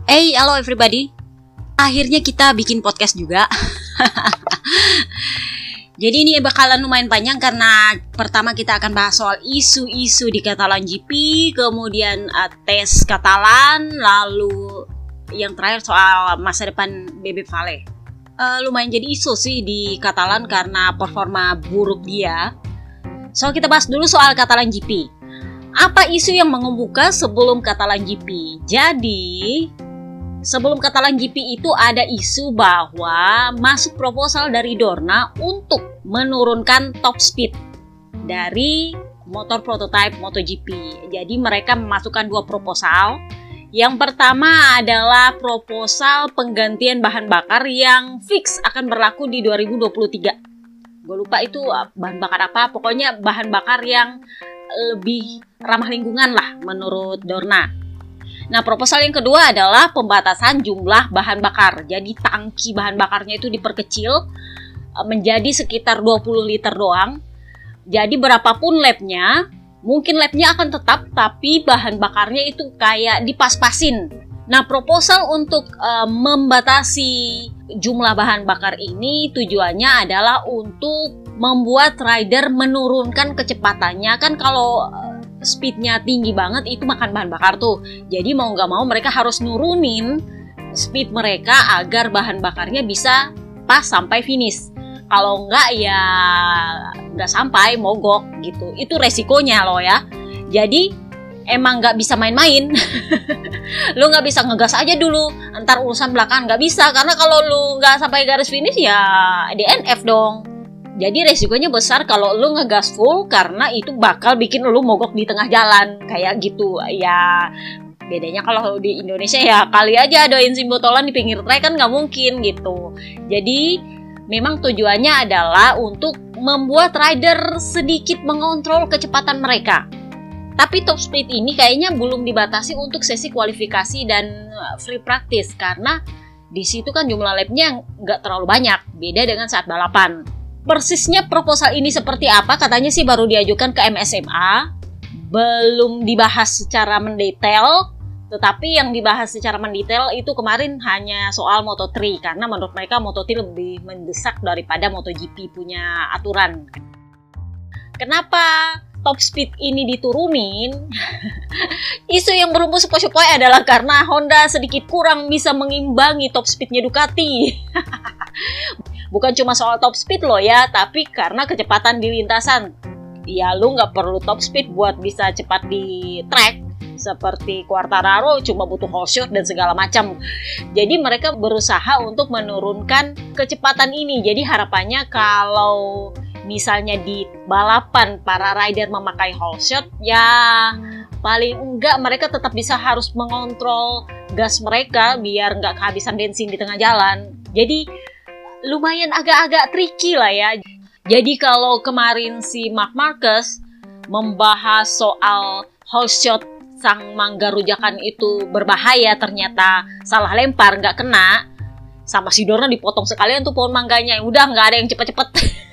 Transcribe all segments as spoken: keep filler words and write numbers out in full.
Hey, halo everybody. Akhirnya kita bikin podcast juga. Jadi ini bakalan lumayan panjang karena pertama kita akan bahas soal isu-isu di Catalan G P, kemudian uh, tes Catalan, lalu yang terakhir soal masa depan Bebe Vale. Uh, lumayan jadi isu sih di Catalan karena performa buruk dia. So kita bahas dulu soal Catalan G P. Apa isu yang mengemuka sebelum Catalan G P? Jadi sebelum Catalan G P itu ada isu bahwa masuk proposal dari Dorna untuk menurunkan top speed dari motor prototype MotoGP. Jadi mereka memasukkan dua proposal. Yang pertama adalah proposal penggantian bahan bakar yang fix akan berlaku di dua ribu dua puluh tiga. Gue lupa itu bahan bakar apa, pokoknya bahan bakar yang lebih ramah lingkungan lah menurut Dorna. Nah, proposal yang kedua adalah pembatasan jumlah bahan bakar. Jadi tangki bahan bakarnya itu diperkecil menjadi sekitar dua puluh liter doang. Jadi berapapun labnya, mungkin labnya akan tetap, tapi bahan bakarnya itu kayak dipas-pasin. Nah, proposal untuk uh, membatasi jumlah bahan bakar ini tujuannya adalah untuk membuat rider menurunkan kecepatannya. Kan kalau uh, speednya tinggi banget itu makan bahan bakar tuh. Jadi mau nggak mau mereka harus nurunin speed mereka agar bahan bakarnya bisa pas sampai finish. Kalau nggak ya nggak sampai, mogok gitu. Itu resikonya loh ya. Jadi emang nggak bisa main-main. Lu nggak bisa ngegas aja dulu, ntar urusan belakangan nggak bisa. Karena kalau lu nggak sampai garis finish ya D N F dong. Jadi resikonya besar kalau lu ngegas full karena itu bakal bikin lu mogok di tengah jalan kayak gitu. Ya bedanya kalau di Indonesia ya kali aja ada bensin botolan di pinggir trek kan nggak mungkin gitu. Jadi memang tujuannya adalah untuk membuat rider sedikit mengontrol kecepatan mereka. Tapi top speed ini kayaknya belum dibatasi untuk sesi kualifikasi dan free practice karena di situ kan jumlah lapnya nggak terlalu banyak. Beda dengan saat balapan. Persisnya proposal ini seperti apa? Katanya sih baru diajukan ke M S M A, belum dibahas secara mendetail, tetapi yang dibahas secara mendetail itu kemarin hanya soal Moto tiga, karena menurut mereka Moto tiga lebih mendesak daripada MotoGP punya aturan. Kenapa top speed ini diturunin? Isu yang berumput sepoi-sepoi adalah karena Honda sedikit kurang bisa mengimbangi top speednya Ducati. Bukan cuma soal top speed loh ya, tapi karena kecepatan di lintasan. Ya lu nggak perlu top speed buat bisa cepat di track. Seperti Quartararo cuma butuh whole shot dan segala macam. Jadi mereka berusaha untuk menurunkan kecepatan ini. Jadi harapannya kalau misalnya di balapan para rider memakai whole shot, ya paling enggak mereka tetap bisa harus mengontrol gas mereka biar nggak kehabisan bensin di tengah jalan. Jadi lumayan agak-agak tricky lah ya. Jadi kalau kemarin si Marc Marquez membahas soal whole shot sang mangga rujakan itu berbahaya, ternyata salah lempar nggak kena, sama si Dorna dipotong sekalian tuh pohon mangganya. Udah nggak ada yang cepet-cepet.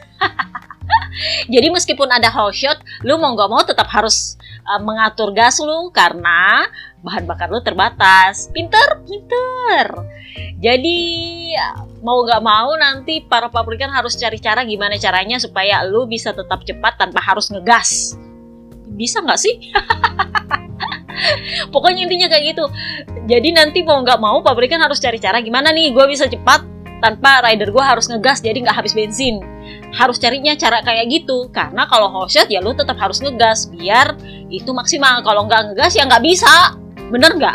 Jadi meskipun ada whole shot, lu mau nggak mau tetap harus uh, mengatur gas lu karena bahan bakar lu terbatas. Pinter, pinter. Jadi mau nggak mau nanti para pabrikan harus cari cara gimana caranya supaya lu bisa tetap cepat tanpa harus ngegas. Bisa nggak sih? Pokoknya intinya kayak gitu. Jadi nanti mau nggak mau pabrikan harus cari cara gimana nih gue bisa cepat tanpa rider gue harus ngegas jadi nggak habis bensin. Harus carinya cara kayak gitu. Karena kalau whole shot ya lu tetap harus ngegas biar itu maksimal. Kalau nggak ngegas ya nggak bisa. Bener nggak?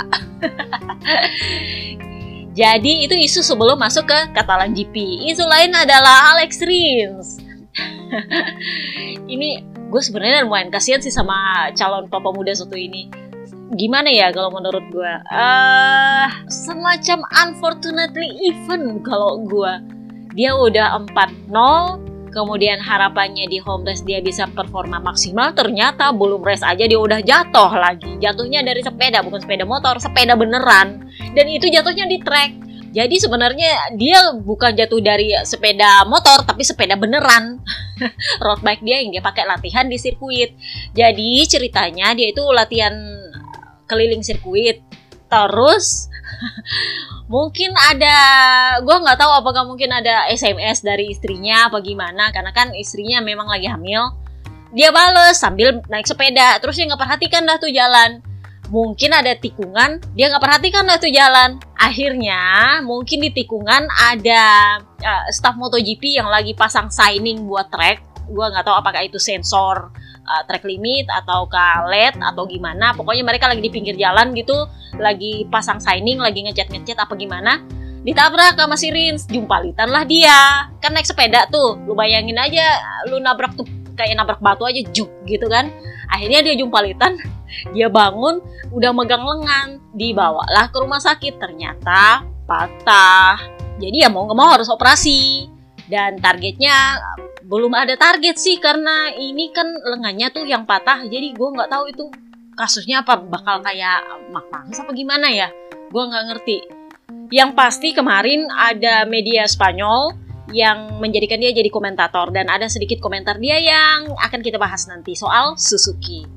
Jadi itu isu sebelum masuk ke Catalan G P. Isu lain adalah Alex Rins. Ini gue sebenarnya lumayan kasihan sih sama calon papa muda satu ini. Gimana ya kalau menurut gue? Uh, semacam unfortunately even kalau gue. Dia udah empat nol. Kemudian harapannya di home race dia bisa performa maksimal, ternyata belum race aja dia udah jatuh lagi. Jatuhnya dari sepeda, bukan sepeda motor, sepeda beneran. Dan itu jatuhnya di track. Jadi sebenarnya dia bukan jatuh dari sepeda motor, tapi sepeda beneran. Road bike dia yang dia pakai latihan di sirkuit. Jadi ceritanya dia itu latihan keliling sirkuit. Terus mungkin ada, gue nggak tahu apakah mungkin ada S M S dari istrinya apa gimana, karena kan istrinya memang lagi hamil. Dia bales sambil naik sepeda, terus dia nggak perhatikan dah tuh jalan. Mungkin ada tikungan, dia nggak perhatikan dah tuh jalan. Akhirnya mungkin di tikungan ada uh, staf MotoGP yang lagi pasang signing buat track. Gue nggak tahu apakah itu sensor uh, track limit atau L E D atau gimana. Pokoknya mereka lagi di pinggir jalan gitu, lagi pasang signing, lagi ngecat-ngecat apa gimana. Ditabrak sama si Rins, jumpalitan lah dia. Kan naik sepeda tuh, lu bayangin aja, lu nabrak tuh kayak nabrak batu aja, juk gitu kan. Akhirnya dia jumpalitan, dia bangun, udah megang lengan, dibawalah ke rumah sakit, ternyata patah. Jadi ya mau gak mau harus operasi. Dan targetnya belum ada target sih, karena ini kan lengannya tuh yang patah. Jadi gue nggak tahu itu kasusnya apa, bakal kayak Mark apa gimana ya, gue nggak ngerti. Yang pasti kemarin ada media Spanyol yang menjadikan dia jadi komentator, dan ada sedikit komentar dia yang akan kita bahas nanti soal Suzuki.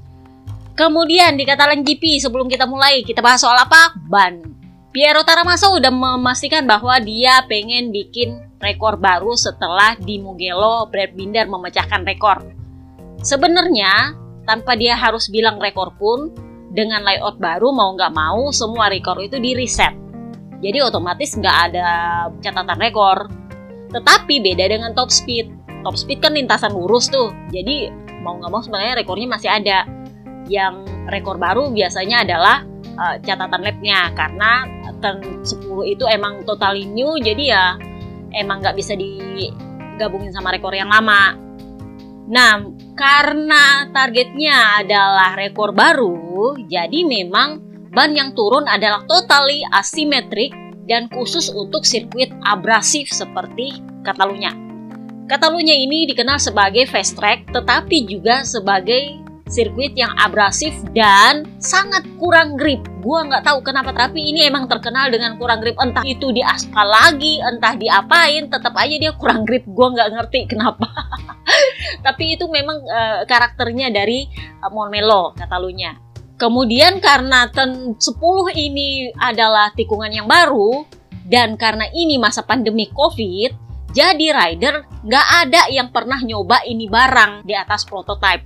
Kemudian di Catalan G P, sebelum kita mulai, kita bahas soal apa? Ban. Piero Taramaso udah memastikan bahwa dia pengen bikin rekor baru setelah di Mugello Brad Binder memecahkan rekor. Sebenarnya tanpa dia harus bilang rekor pun, dengan layout baru mau nggak mau semua rekor itu di reset. Jadi otomatis nggak ada catatan rekor. Tetapi beda dengan top speed. Top speed kan lintasan lurus tuh. Jadi mau nggak mau sebenarnya rekornya masih ada. Yang rekor baru biasanya adalah uh, catatan lapnya, karena turn sepuluh itu emang totally new, jadi ya emang nggak bisa digabungin sama rekor yang lama. Nah, karena targetnya adalah rekor baru, jadi memang ban yang turun adalah totally asymmetric dan khusus untuk sirkuit abrasif seperti Catalunya. Catalunya ini dikenal sebagai fast track, tetapi juga sebagai sirkuit yang abrasif dan sangat kurang grip. Gua nggak tahu kenapa, tapi ini emang terkenal dengan kurang grip. Entah itu di aspal lagi, entah diapain, tetap aja dia kurang grip. Gua nggak ngerti kenapa. Tapi itu memang uh, karakternya dari uh, Montmeló, Catalunya. Kemudian karena turn sepuluh ini adalah tikungan yang baru, dan karena ini masa pandemi COVID, jadi rider nggak ada yang pernah nyoba ini barang di atas prototype.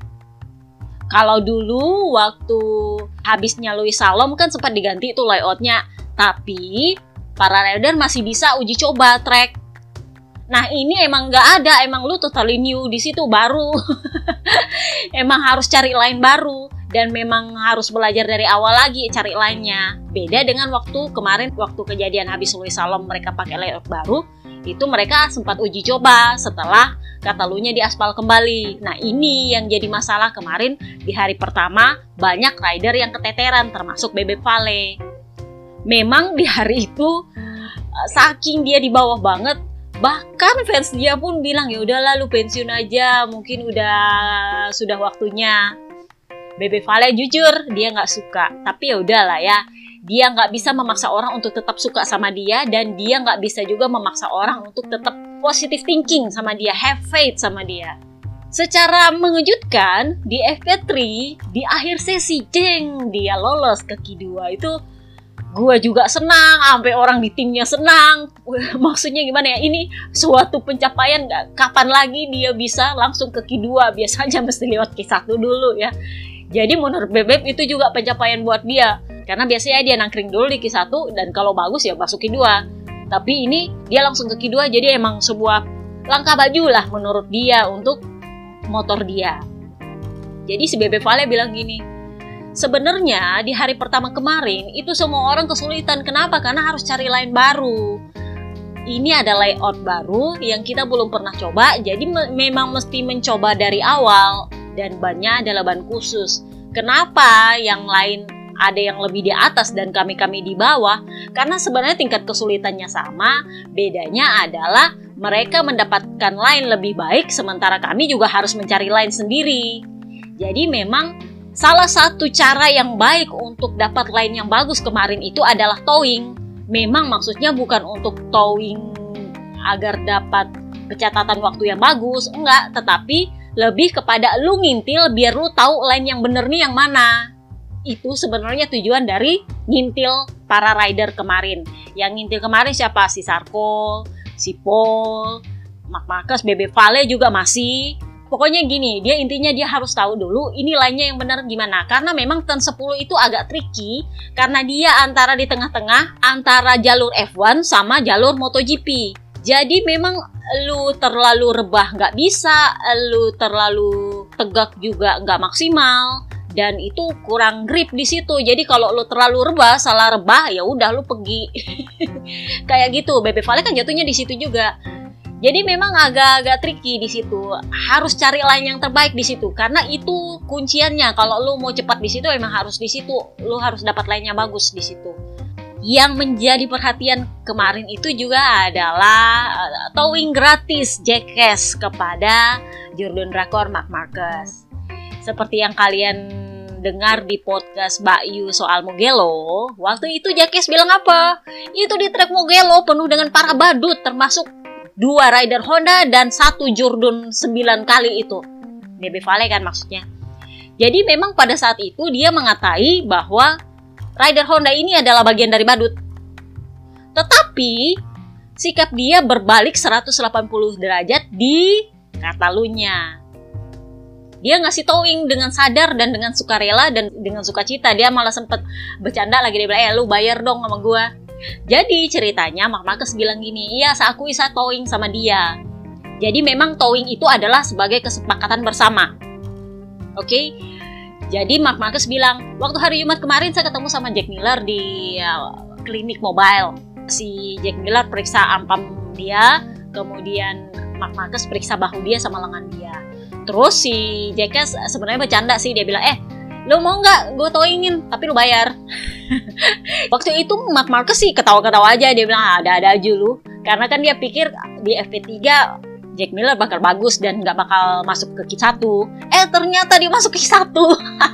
Kalau dulu waktu habisnya Lewis Salom kan sempat diganti itu layoutnya, tapi para rider masih bisa uji coba track. Nah ini emang nggak ada, emang lu totally new di situ baru. Emang harus cari line baru, dan memang harus belajar dari awal lagi cari line-nya. Beda dengan waktu kemarin, waktu kejadian habis Lewis Salom mereka pakai layout baru, itu mereka sempat uji coba setelah Catalunya diaspal kembali. Nah ini yang jadi masalah kemarin. Di hari pertama banyak rider yang keteteran, termasuk Bebe Vale. Memang di hari itu saking dia di bawah banget, bahkan fans dia pun bilang ya udahlah lu pensiun aja, mungkin udah sudah waktunya. Bebe Vale jujur dia nggak suka, tapi ya udahlah ya. Dia nggak bisa memaksa orang untuk tetap suka sama dia, dan dia nggak bisa juga memaksa orang untuk tetap positive thinking sama dia, have faith sama dia. Secara mengejutkan, di F P tiga, di akhir sesi, jeng, dia lolos ke Q dua. Itu gue juga senang, sampai orang di timnya senang. Maksudnya gimana ya, ini suatu pencapaian, kapan lagi dia bisa langsung ke Q dua, biasanya mesti lewat Q satu dulu ya. Jadi menurut Bebek itu juga pencapaian buat dia. Karena biasanya dia nangkring dulu di Q satu, dan kalau bagus ya masuk Q dua. Tapi ini dia langsung ke Q dua, jadi emang sebuah langkah baju lah menurut dia untuk motor dia. Jadi si Bebe Vale bilang gini, sebenarnya di hari pertama kemarin itu semua orang kesulitan. Kenapa? Karena harus cari line baru. Ini ada layout baru yang kita belum pernah coba, jadi me- memang mesti mencoba dari awal, dan bannya adalah ban khusus. Kenapa yang lain ada yang lebih di atas dan kami-kami di bawah? Karena sebenarnya tingkat kesulitannya sama, bedanya adalah mereka mendapatkan line lebih baik, sementara kami juga harus mencari line sendiri. Jadi memang salah satu cara yang baik untuk dapat line yang bagus kemarin itu adalah towing. Memang maksudnya bukan untuk towing agar dapat pencatatan waktu yang bagus, enggak, tetapi lebih kepada lu ngintil biar lu tahu line yang bener nih yang mana. itu sebenarnya tujuan dari ngintil para rider kemarin. Yang ngintil kemarin siapa? Si Zarko, si Paul, Marc Marquez, Bebe Vale juga masih. Pokoknya gini, dia intinya dia harus tahu dulu ini line-nya yang benar gimana. Karena memang turn sepuluh itu agak tricky karena dia antara di tengah-tengah antara jalur F satu sama jalur MotoGP. Jadi memang lu terlalu rebah nggak bisa, lu terlalu tegak juga nggak maksimal, dan itu kurang grip di situ. Jadi kalau lu terlalu rebah, salah rebah, ya udah lu pergi. Kayak gitu. Bebe Vale kan jatuhnya di situ juga. Jadi memang agak-agak tricky di situ. Harus cari line yang terbaik di situ karena itu kunciannya. Kalau lu mau cepat di situ emang harus di situ. Lu harus dapat line-nya bagus di situ. Yang menjadi perhatian kemarin itu juga adalah uh, towing gratis Jacques kepada Jordan Rakor Marc Marquez. Seperti yang kalian dengar di podcast Mbak Yu soal Mugello, waktu itu Jacques bilang apa? Itu di trek Mugello penuh dengan para badut, termasuk dua rider Honda dan satu Jordan sembilan kali itu. Bebe Vale kan maksudnya. Jadi memang pada saat itu dia mengatai bahwa rider Honda ini adalah bagian dari badut. Tetapi sikap dia berbalik seratus delapan puluh derajat di Catalunya. Dia ngasih towing dengan sadar dan dengan sukarela dan dengan sukacita. Dia malah sempat bercanda lagi, dia bilang, eh lu bayar dong sama gua. Jadi ceritanya Marc Marquez bilang gini, iya saya akui saya towing sama dia. Jadi memang towing itu adalah sebagai kesepakatan bersama. Oke okay? Jadi Marc Marquez bilang, waktu hari Jumat kemarin saya ketemu sama Jack Miller di uh, klinik mobile. Si Jack Miller periksa ampam dia, kemudian Marc Marquez periksa bahu dia sama lengan dia. Terus si Jacques sebenarnya bercanda sih, dia bilang, eh lu mau nggak gue towingin tapi lu bayar. Waktu itu Marc Marquez sih ketawa-ketawa aja, dia bilang ada-ada aja lu, karena kan dia pikir di F P tiga Jack Miller bakal bagus dan nggak bakal masuk ke Q satu. Eh ternyata dia masuk ke Q satu.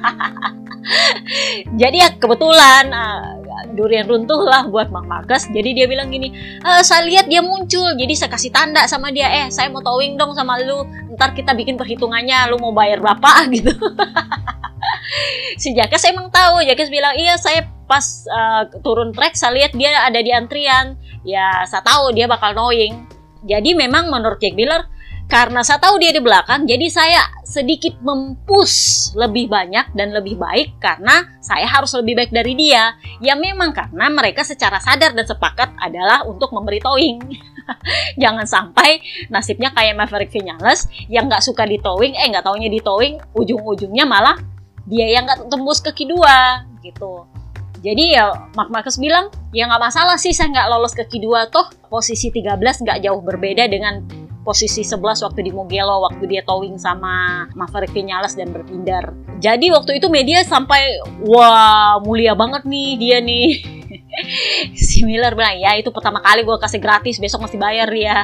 Jadi ya kebetulan uh, durian runtuh lah buat Marc Marquez. Jadi dia bilang gini, e, saya lihat dia muncul, jadi saya kasih tanda sama dia, eh saya mau towing dong sama lu, ntar kita bikin perhitungannya, lu mau bayar berapa gitu. Si Jacques emang tahu, Jacques bilang, iya saya pas uh, turun trek saya lihat dia ada di antrian, ya saya tahu dia bakal towing. Jadi memang menurut Jack Miller, karena saya tahu dia di belakang, jadi saya sedikit mempush lebih banyak dan lebih baik karena saya harus lebih baik dari dia. Ya memang karena mereka secara sadar dan sepakat adalah untuk memberi towing. Jangan sampai nasibnya kayak Maverick Viñales yang nggak suka di towing, eh nggak taunya di towing, ujung-ujungnya malah dia yang nggak tembus ke Q dua gitu. Jadi ya Marc Marquez bilang, ya nggak masalah sih saya nggak lolos ke Q dua, toh posisi tiga belas nggak jauh berbeda dengan posisi sebelas waktu di Mugello, waktu dia towing sama Maverick Viñales dan berpindah. Jadi waktu itu media sampai, wah mulia banget nih dia nih. Si Miller bilang, ya itu pertama kali gue kasih gratis, besok mesti bayar ya.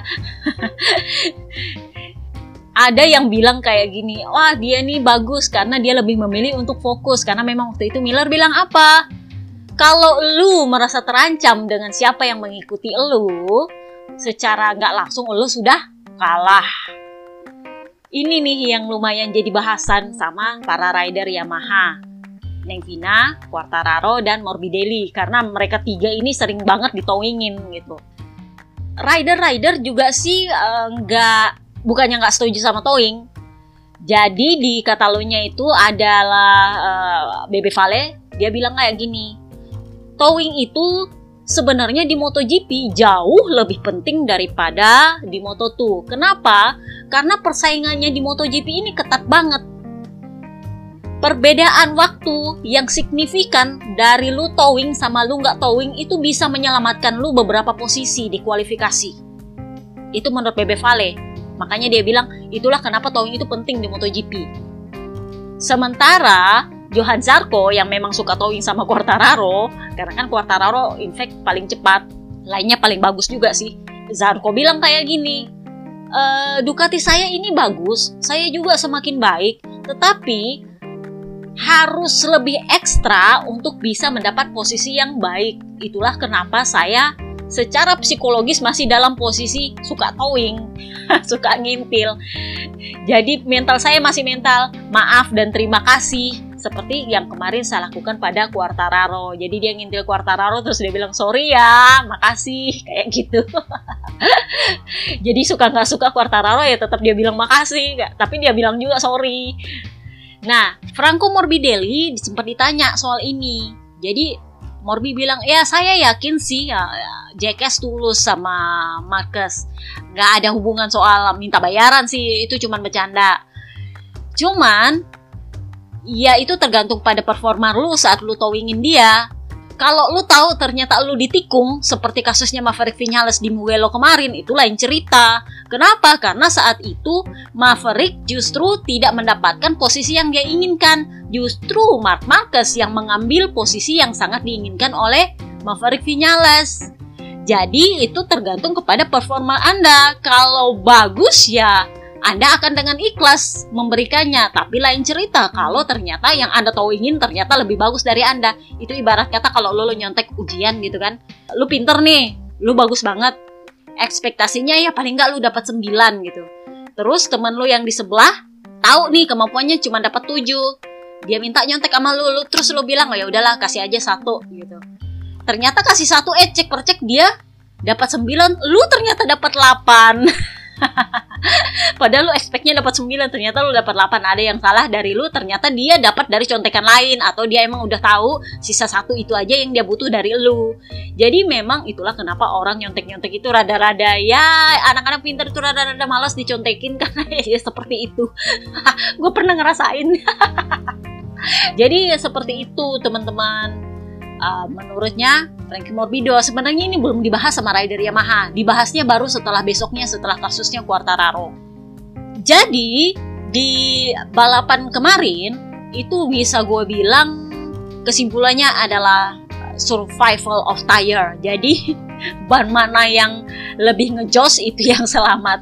Ada yang bilang kayak gini, wah dia nih bagus karena dia lebih memilih untuk fokus. Karena memang waktu itu Miller bilang apa? Kalau lu merasa terancam dengan siapa yang mengikuti lu, secara nggak langsung lu sudah kalah. Ini nih yang lumayan jadi bahasan sama para rider Yamaha, Nengvina, Quartararo, dan Morbidelli, karena mereka tiga ini sering banget ditowingin gitu. Rider-rider juga sih nggak, uh, bukannya nggak setuju sama towing. Jadi di Catalunya itu adalah uh, Bebe Vale, dia bilang kayak gini, towing itu sebenarnya di MotoGP jauh lebih penting daripada di Moto dua. Kenapa? Karena persaingannya di MotoGP ini ketat banget. Perbedaan waktu yang signifikan dari lu towing sama lu nggak towing itu bisa menyelamatkan lu beberapa posisi di kualifikasi. Itu menurut Bebe Vale. Makanya dia bilang, itulah kenapa towing itu penting di MotoGP. Sementara Johan Zarco yang memang suka towing sama Quartararo, karena kan Quartararo in fact paling cepat, lainnya paling bagus juga sih. Zarco bilang kayak gini, e, Ducati saya ini bagus, saya juga semakin baik, tetapi harus lebih ekstra untuk bisa mendapat posisi yang baik. Itulah kenapa saya secara psikologis masih dalam posisi suka towing, suka ngintil. Jadi mental saya masih mental maaf dan terima kasih. seperti yang kemarin saya lakukan pada Quartararo. Jadi dia ngintil Quartararo terus dia bilang sorry ya, makasih, kayak gitu. Jadi suka nggak suka Quartararo ya tetap dia bilang makasih, gak, tapi dia bilang juga sorry. Nah, Franco Morbidelli sempat ditanya soal ini. Jadi Morbi bilang, ya saya yakin sih ya, Jacques tulus sama Marquez. Nggak ada hubungan soal minta bayaran sih, itu cuman bercanda. Cuman ya itu tergantung pada performa lu saat lu towingin dia. Kalau lu tahu ternyata lu ditikung seperti kasusnya Maverick Vinales di Mugello kemarin, itu lain cerita. Kenapa? Karena saat itu Maverick justru tidak mendapatkan posisi yang dia inginkan. Justru Marc Marquez yang mengambil posisi yang sangat diinginkan oleh Maverick Vinales. Jadi itu tergantung kepada performa Anda. Kalau bagus ya Anda akan dengan ikhlas memberikannya. Tapi lain cerita kalau ternyata yang Anda towingin ternyata lebih bagus dari Anda. Itu ibarat kata kalau lo, lo nyontek ujian gitu kan. Lu pinter nih, lu bagus banget. Ekspektasinya ya paling nggak lu dapat sembilan gitu. Terus temen lu yang di sebelah tahu nih kemampuannya cuma dapat tujuh. Dia minta nyontek sama lu, lu terus lu bilang, "Oh ya udahlah, kasih aja satu" gitu. Ternyata kasih satu, eh cek per cek dia dapat sembilan, lu ternyata dapat delapan. Padahal lu expect-nya dapat sembilan, ternyata lu dapat delapan. Ada yang salah dari lu, ternyata dia dapat dari contekan lain, atau dia emang udah tahu sisa satu itu aja yang dia butuh dari lu. Jadi memang itulah kenapa orang nyontek-nyontek itu rada-rada ya, anak-anak pintar itu rada-rada malas dicontekin karena ya seperti itu. Gue pernah ngerasain. Jadi ya seperti itu teman-teman. Uh, menurutnya Frankie Morbido sebenarnya ini belum dibahas sama rider Yamaha, dibahasnya baru setelah besoknya, setelah kasusnya Quartararo. Jadi di balapan kemarin itu bisa gue bilang kesimpulannya adalah survival of tire. Jadi ban mana yang lebih ngejos itu yang selamat.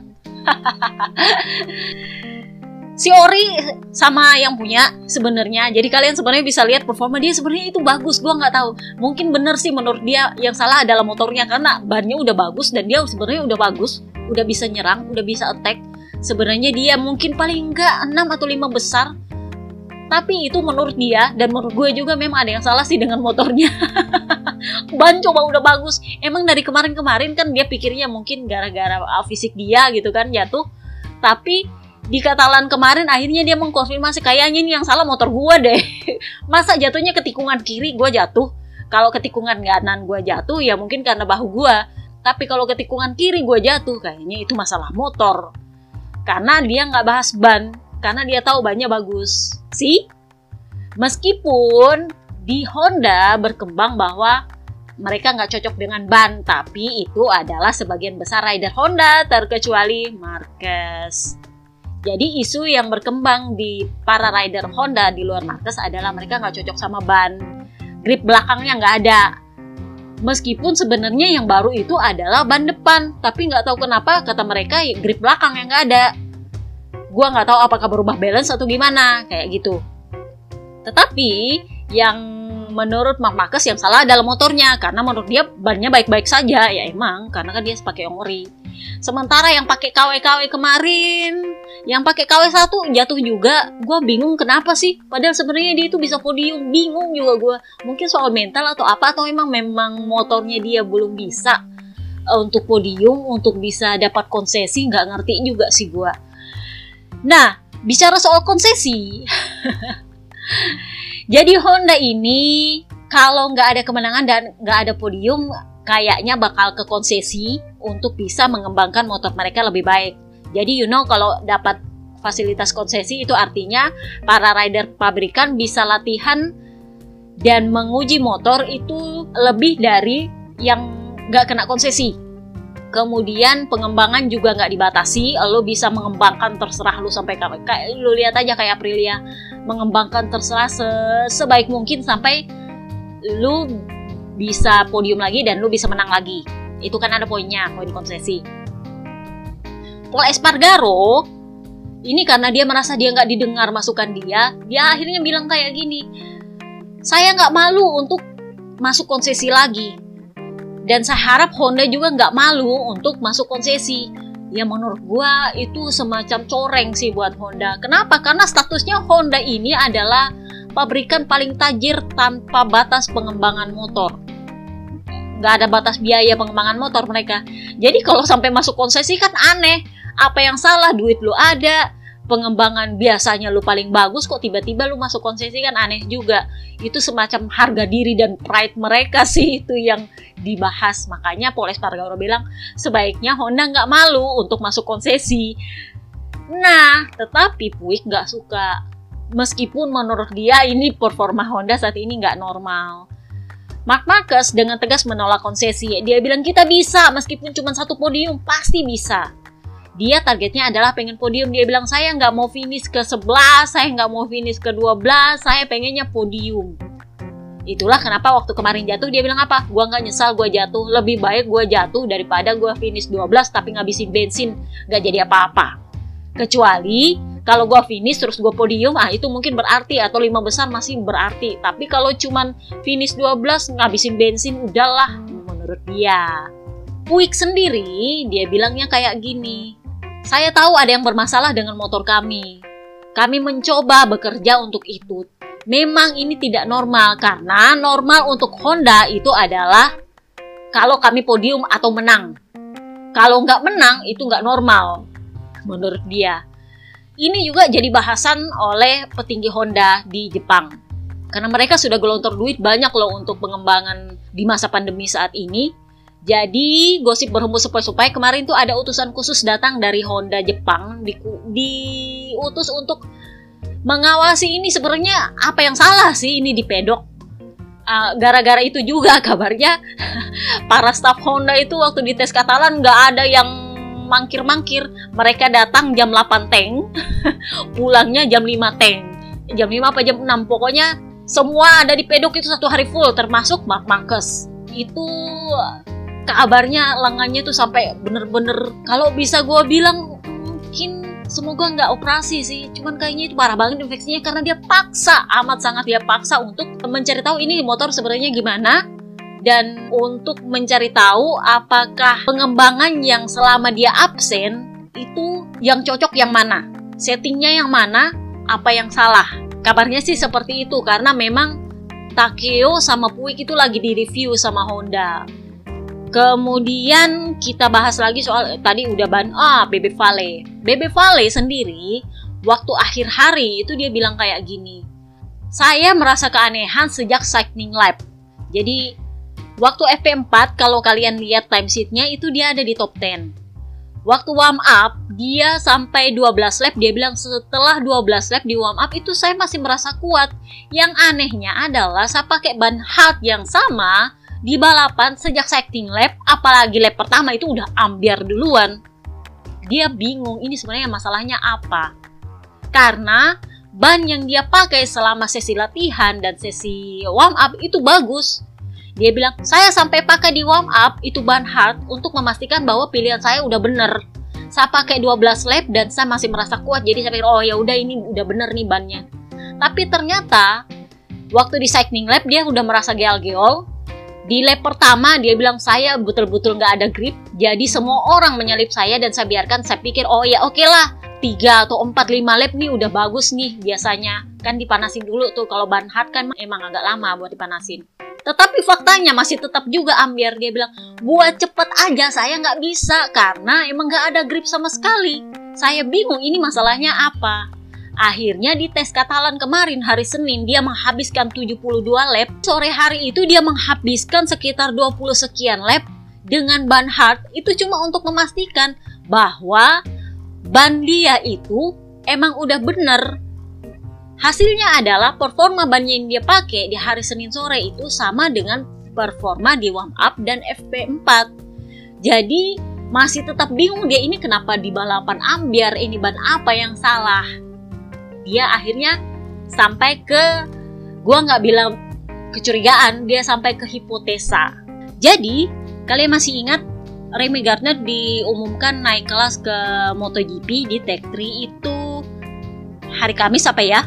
Si Ori sama yang punya sebenarnya. Jadi kalian sebenarnya bisa lihat performa dia sebenarnya itu bagus. Gua nggak tahu. Mungkin bener sih menurut dia yang salah adalah motornya karena bannya udah bagus dan dia sebenarnya udah bagus, udah bisa nyerang, udah bisa attack. Sebenarnya dia mungkin paling nggak enam atau lima besar. Tapi itu menurut dia dan menurut gue juga memang ada yang salah sih dengan motornya. Ban coba udah bagus. Emang dari kemarin-kemarin kan dia pikirnya mungkin gara-gara fisik dia gitu kan jatuh. Tapi di Catalan kemarin akhirnya dia mengkonfirmasi kayaknya ini yang salah motor gua deh. Masa jatuhnya ke tikungan kiri gua jatuh. Kalau ke tikungan kanan gua jatuh ya mungkin karena bahu gua. Tapi kalau ke tikungan kiri gua jatuh kayaknya itu masalah motor. Karena dia nggak bahas ban. Karena dia tahu bannya bagus. Sih? Meskipun di Honda berkembang bahwa mereka nggak cocok dengan ban. Tapi itu adalah sebagian besar rider Honda terkecuali Marquez. Jadi isu yang berkembang di para rider Honda di luar Marquez adalah mereka nggak cocok sama ban, grip belakangnya nggak ada. Meskipun sebenarnya yang baru itu adalah ban depan, tapi nggak tahu kenapa kata mereka grip belakang yang nggak ada. Gua nggak tahu apakah berubah balance atau gimana kayak gitu. Tetapi yang menurut Marc Marquez yang salah adalah motornya karena menurut dia bannya baik-baik saja ya emang karena kan dia pakai ori. Sementara yang pakai K W K W kemarin, yang pakai K W satu jatuh juga. Gue bingung kenapa sih. Padahal sebenarnya dia itu bisa podium. Bingung juga gue. Mungkin soal mental atau apa. Atau memang memang motornya dia belum bisa uh, untuk podium. Untuk bisa dapat konsesi. Gak ngerti juga sih gue. Nah, bicara soal konsesi. Jadi Honda ini kalau gak ada kemenangan dan gak ada podium, kayaknya bakal ke konsesi untuk bisa mengembangkan motor mereka lebih baik. Jadi you know kalau dapat fasilitas konsesi itu artinya para rider pabrikan bisa latihan dan menguji motor itu lebih dari yang nggak kena konsesi. Kemudian pengembangan juga nggak dibatasi, lo bisa mengembangkan terserah lo sampai kayak lo lihat aja kayak Aprilia mengembangkan terserah se- sebaik mungkin sampai lo bisa podium lagi dan lo bisa menang lagi. Itu kan ada poinnya, poin konsesi. Paul Espargaro ini karena dia merasa dia nggak didengar masukan dia, dia akhirnya bilang kayak gini, saya nggak malu untuk masuk konsesi lagi, dan saya harap Honda juga nggak malu untuk masuk konsesi. Ya menurut gua itu semacam coreng sih buat Honda. Kenapa? Karena statusnya Honda ini adalah pabrikan paling tajir tanpa batas pengembangan motor. Nggak ada batas biaya pengembangan motor mereka. Jadi kalau sampai masuk konsesi kan aneh. Apa yang salah? Duit lu ada, pengembangan biasanya lu paling bagus, kok tiba-tiba lu masuk konsesi, kan aneh juga. Itu semacam harga diri dan pride mereka sih itu yang dibahas. Makanya Paul Espargaro bilang sebaiknya Honda nggak malu untuk masuk konsesi. Nah, tetapi Puig nggak suka. Meskipun menurut dia ini performa Honda saat ini nggak normal. Marc Marquez dengan tegas menolak konsesi. Dia bilang kita bisa, meskipun cuma satu podium, pasti bisa. Dia targetnya adalah pengen podium. Dia bilang saya nggak mau finish ke sebelas, saya nggak mau finish ke dua belas, saya pengennya podium. Itulah kenapa waktu kemarin jatuh dia bilang apa? Gua nggak nyesal gua jatuh, lebih baik gua jatuh daripada gua finish dua belas tapi ngabisin bensin, nggak jadi apa-apa. Kecuali kalau gue finish terus gue podium, ah itu mungkin berarti, atau lima besar masih berarti. Tapi kalau cuman finish dua belas ngabisin bensin, udahlah menurut dia. Puig sendiri dia bilangnya kayak gini, saya tahu ada yang bermasalah dengan motor kami. Kami mencoba bekerja untuk itu. Memang ini tidak normal, karena normal untuk Honda itu adalah kalau kami podium atau menang. Kalau nggak menang itu nggak normal menurut dia. Ini juga jadi bahasan oleh petinggi Honda di Jepang. Karena mereka sudah gelontor duit banyak loh untuk pengembangan di masa pandemi saat ini. Jadi gosip berhembus sepoi-sepoi, kemarin tuh ada utusan khusus datang dari Honda Jepang. Di, diutus untuk mengawasi ini sebenarnya apa yang salah sih ini di pedok. Uh, gara-gara itu juga kabarnya para staf Honda itu waktu di tes Katalan nggak ada yang mangkir-mangkir. Mereka datang jam delapan tank, pulangnya jam lima tank. Jam lima apa jam enam, pokoknya semua ada di pedok itu satu hari full, termasuk Marc Marquez. Itu kabarnya lengannya tuh sampai bener-bener, kalau bisa gue bilang mungkin semoga nggak operasi sih. Cuman kayaknya itu parah banget infeksinya, karena dia paksa, amat sangat dia paksa untuk mencari tahu ini motor sebenarnya gimana. Dan untuk mencari tahu apakah pengembangan yang selama dia absen itu yang cocok yang mana, settingnya yang mana, apa yang salah. Kabarnya sih seperti itu, karena memang Takeo sama Puig itu lagi direview sama Honda. Kemudian kita bahas lagi soal tadi udah ban ah Bebe Vale. Bebe Vale sendiri waktu akhir hari itu dia bilang kayak gini, saya merasa keanehan sejak cycling lap. Jadi waktu F P empat, kalau kalian lihat timesheetnya itu dia ada di top sepuluh. Waktu warm up, dia sampai dua belas lap. Dia bilang setelah dua belas lap di warm up itu saya masih merasa kuat. Yang anehnya adalah saya pakai ban hard yang sama di balapan sejak cycling lap. Apalagi lap pertama itu udah ambiar duluan. Dia bingung ini sebenarnya masalahnya apa. Karena ban yang dia pakai selama sesi latihan dan sesi warm up itu bagus. Dia bilang, saya sampai pakai di warm up itu ban hard untuk memastikan bahwa pilihan saya udah bener. Saya pakai dua belas lap dan saya masih merasa kuat. Jadi saya pikir, oh ya udah ini udah bener nih bannya. Tapi ternyata waktu di cycling lap dia udah merasa geol-geol. Di lap pertama dia bilang saya betul-betul nggak ada grip. Jadi semua orang menyalip saya dan saya biarkan. Saya pikir, oh ya oke lah, tiga atau empat lima lap nih udah bagus nih biasanya. Kan dipanasin dulu tuh, kalau ban hard kan emang agak lama buat dipanasin. Tetapi faktanya masih tetap juga ambiar. Dia bilang, buat cepet aja saya nggak bisa, karena emang nggak ada grip sama sekali. Saya bingung ini masalahnya apa. Akhirnya di tes Katalan kemarin hari Senin dia menghabiskan tujuh puluh dua lap. Sore hari itu dia menghabiskan sekitar dua puluh sekian lap dengan ban hard. Itu cuma untuk memastikan bahwa ban dia itu emang udah bener. Hasilnya adalah performa ban yang dia pakai di hari Senin sore itu sama dengan performa di warm up dan F P empat. Jadi masih tetap bingung dia ini kenapa di balapan ambiar, ini ban apa yang salah. Dia akhirnya sampai ke, gua nggak bilang kecurigaan, dia sampai ke hipotesa. Jadi kalian masih ingat Remy Gardner diumumkan naik kelas ke MotoGP di Tech tiga itu hari Kamis apa ya?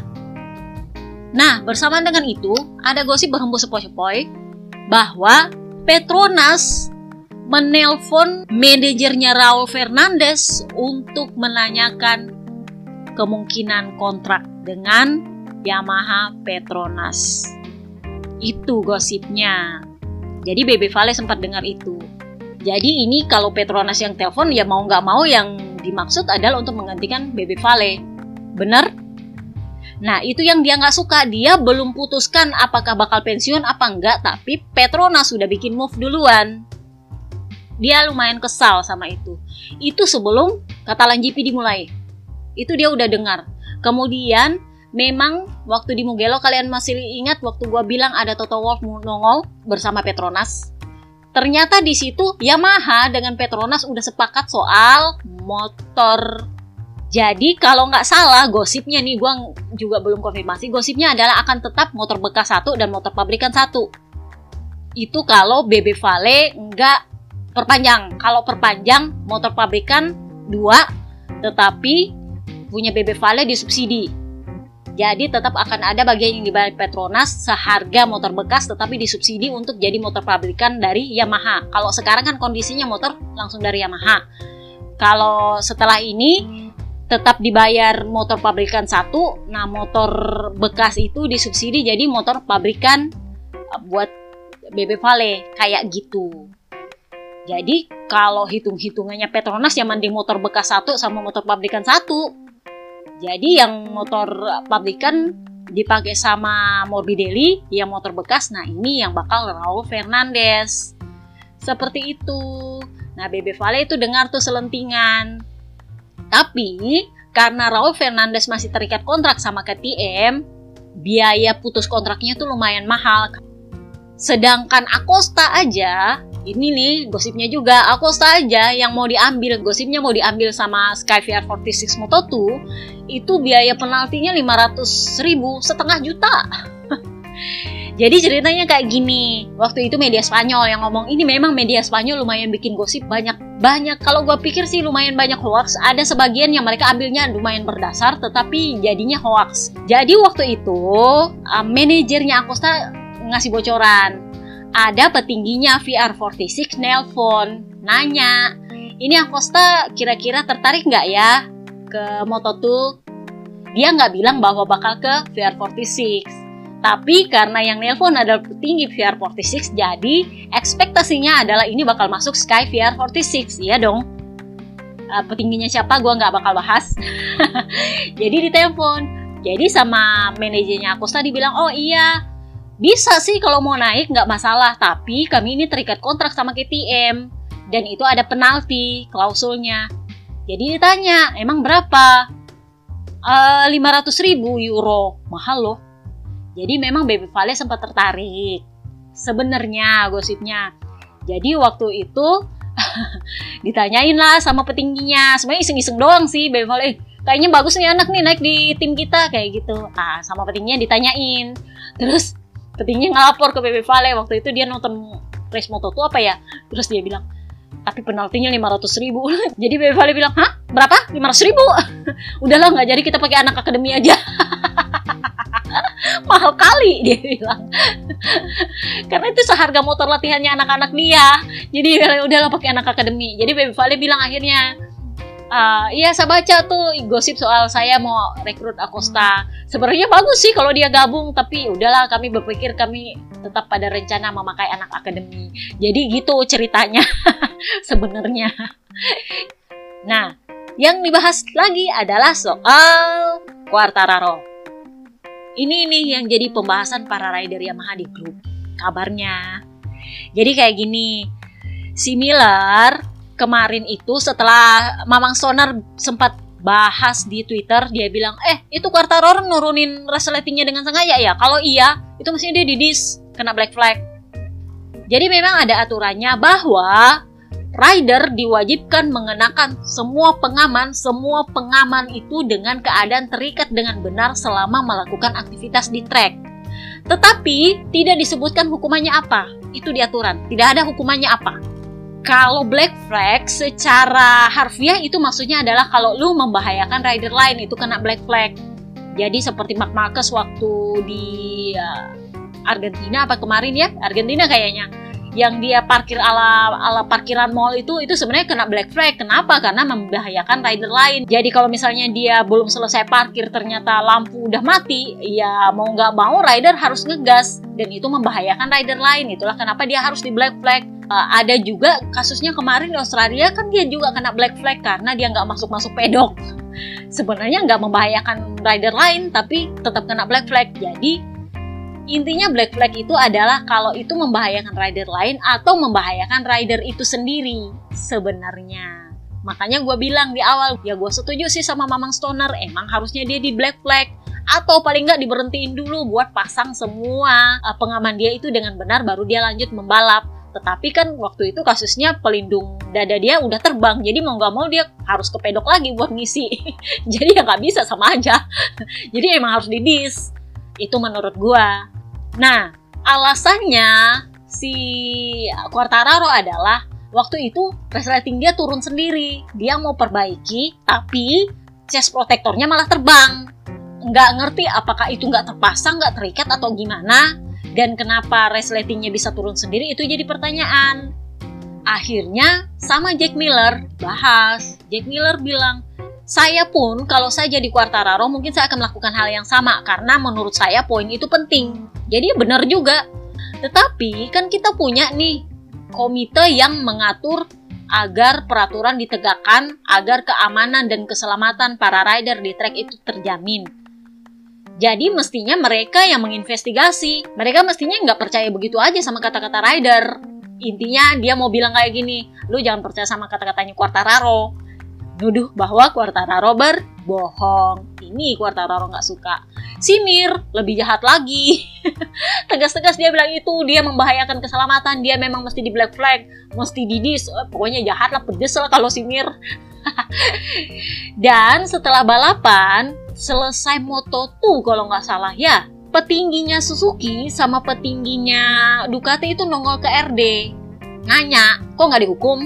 Nah, bersamaan dengan itu, ada gosip berhembus sepoi-sepoi bahwa Petronas menelpon manajernya Raul Fernandez untuk menanyakan kemungkinan kontrak dengan Yamaha Petronas. Itu gosipnya. Jadi Bebe Vale sempat dengar itu. Jadi ini kalau Petronas yang telepon, ya mau nggak mau yang dimaksud adalah untuk menggantikan Bebe Vale. Bener? Nah itu yang dia nggak suka. Dia belum putuskan apakah bakal pensiun apa enggak, tapi Petronas sudah bikin move duluan. Dia lumayan kesal sama itu. Itu sebelum Catalan G P dimulai. Itu dia udah dengar. Kemudian memang waktu di Mugello, kalian masih ingat waktu gua bilang ada Toto Wolff nongol bersama Petronas? Ternyata di situ Yamaha dengan Petronas udah sepakat soal motor. Jadi kalau nggak salah gosipnya nih, gua juga belum konfirmasi, gosipnya adalah akan tetap motor bekas satu dan motor pabrikan satu. Itu kalau Bebe Vale nggak perpanjang. Kalau perpanjang motor pabrikan dua, tetapi punya Bebe Vale disubsidi. Jadi tetap akan ada bagian yang dibayar Petronas seharga motor bekas, tetapi disubsidi untuk jadi motor pabrikan dari Yamaha. Kalau sekarang kan kondisinya motor langsung dari Yamaha. Kalau setelah ini tetap dibayar motor pabrikan satu, nah motor bekas itu disubsidi jadi motor pabrikan buat Bebe Vale, kayak gitu. Jadi kalau hitung-hitungannya Petronas yang mending motor bekas satu sama motor pabrikan satu. Jadi yang motor pabrikan dipakai sama Morbidelli, yang motor bekas, nah ini yang bakal Raul Fernandez. Seperti itu. Nah Bebe Vale itu dengar tuh selentingan. Tapi karena Raul Fernandez masih terikat kontrak sama K T M, biaya putus kontraknya tuh lumayan mahal. Sedangkan Acosta aja, ini nih gosipnya juga, Acosta aja yang mau diambil, gosipnya mau diambil sama Sky V R empat puluh enam Moto dua, itu biaya penaltinya lima ratus ribu, setengah juta. Jadi ceritanya kayak gini, waktu itu media Spanyol yang ngomong, ini memang media Spanyol lumayan bikin gosip banyak-banyak. Kalau gue pikir sih lumayan banyak hoax, ada sebagian yang mereka ambilnya lumayan berdasar, tetapi jadinya hoax. Jadi waktu itu, uh, manajernya Acosta ngasih bocoran. Ada petingginya V R empat puluh enam nelpon, nanya, ini Acosta kira-kira tertarik nggak ya ke Moto dua? Dia nggak bilang bahwa bakal ke V R empat puluh enam. Tapi karena yang nelpon adalah petinggi V R empat puluh enam, jadi ekspektasinya adalah ini bakal masuk Sky V R empat puluh enam. Iya dong. Uh, petingginya siapa gue nggak bakal bahas. Jadi ditelepon. Jadi sama manajernya Acosta dibilang, oh iya, bisa sih kalau mau naik nggak masalah, tapi kami ini terikat kontrak sama K T M dan itu ada penalti klausulnya. Jadi ditanya, emang berapa? Uh, lima ratus ribu euro, mahal loh. Jadi memang Bebe Vale sempat tertarik. Sebenarnya gosipnya. Jadi waktu itu ditanyain lah sama petingginya. Sebenarnya iseng-iseng doang sih Bebe Vale. Eh, kayaknya bagus nih anak nih naik di tim kita kayak gitu. Ah, sama petingginya ditanyain. Terus petingginya ngelapor ke Bebe Vale. Waktu itu dia nonton race Moto dua apa ya? Terus dia bilang, tapi penaltinya lima ratus ribu. Jadi Bebe Vale bilang, hah? Berapa? lima ratus ribu? Udahlah nggak jadi, kita pakai anak akademi aja. Mahal kali dia bilang. Karena itu seharga motor latihannya anak-anak dia. Jadi udahlah pakai anak akademi. Jadi Bebe Vale bilang akhirnya, Uh, iya saya baca tuh gosip soal saya mau rekrut Acosta. Sebenarnya bagus sih kalau dia gabung, tapi udahlah kami berpikir kami tetap pada rencana memakai anak akademi. Jadi gitu ceritanya sebenarnya. Nah, yang dibahas lagi adalah soal Quartararo. Ini nih yang jadi pembahasan para rider Yamaha di grup. Kabarnya. Jadi kayak gini, si Miller kemarin itu setelah Mamang Stoner sempat bahas di Twitter, dia bilang, eh itu Quartararo nurunin resletingnya dengan sengaja ya? Kalau iya, itu mestinya dia didis, kena black flag. Jadi memang ada aturannya bahwa rider diwajibkan mengenakan semua pengaman, semua pengaman itu dengan keadaan terikat dengan benar selama melakukan aktivitas di track. Tetapi tidak disebutkan hukumannya apa, itu di aturan, tidak ada hukumannya apa. Kalau black flag secara harfiah itu maksudnya adalah kalau lu membahayakan rider lain itu kena black flag. Jadi seperti Marc Marquez waktu di uh, Argentina apa kemarin ya? Argentina kayaknya. yang dia parkir ala ala parkiran mall itu itu sebenarnya kena black flag. Kenapa? Karena membahayakan rider lain. Jadi kalau misalnya dia belum selesai parkir ternyata lampu udah mati, ya mau nggak mau rider harus ngegas dan itu membahayakan rider lain. Itulah kenapa dia harus di black flag. Uh, ada juga kasusnya kemarin di Australia kan dia juga kena black flag karena dia nggak masuk-masuk pedok. Sebenarnya nggak membahayakan rider lain tapi tetap kena black flag. Jadi intinya black flag itu adalah kalau itu membahayakan rider lain atau membahayakan rider itu sendiri sebenarnya. Makanya gue bilang di awal, ya gue setuju sih sama Mamang Stoner, emang harusnya dia di black flag. Atau paling nggak diberhentiin dulu buat pasang semua uh, pengaman dia itu dengan benar baru dia lanjut membalap. Tetapi kan waktu itu kasusnya pelindung dada dia udah terbang, jadi mau nggak mau dia harus ke pedok lagi buat ngisi. Jadi ya nggak bisa, sama aja. Jadi emang harus didis. Itu menurut gua. Nah, alasannya si Quartararo adalah waktu itu resleting dia turun sendiri. Dia mau perbaiki, tapi chest protectornya malah terbang. Nggak ngerti apakah itu nggak terpasang, nggak terikat atau gimana. Dan kenapa resletingnya bisa turun sendiri, itu jadi pertanyaan. Akhirnya sama Jack Miller bahas. Jack Miller bilang, saya pun kalau saya jadi Quartararo mungkin saya akan melakukan hal yang sama karena menurut saya poin itu penting. Jadi benar juga. Tetapi kan kita punya nih komite yang mengatur agar peraturan ditegakkan, agar keamanan dan keselamatan para rider di trek itu terjamin. Jadi mestinya mereka yang menginvestigasi. Mereka mestinya nggak percaya begitu aja sama kata-kata rider. Intinya dia mau bilang kayak gini, lu jangan percaya sama kata-katanya Quartararo. Nuduh bahwa Quartararo berbohong. Ini Quartararo nggak suka. Si Mir lebih jahat lagi. Tegas-tegas dia bilang itu dia membahayakan keselamatan. Dia memang mesti di black flag, mesti didis. Oh, pokoknya jahat lah, pedes lah kalau si Mir. Dan setelah balapan selesai Moto dua kalau nggak salah ya, petingginya Suzuki sama petingginya Ducati itu nongol ke R D. Nanya, kok nggak dihukum?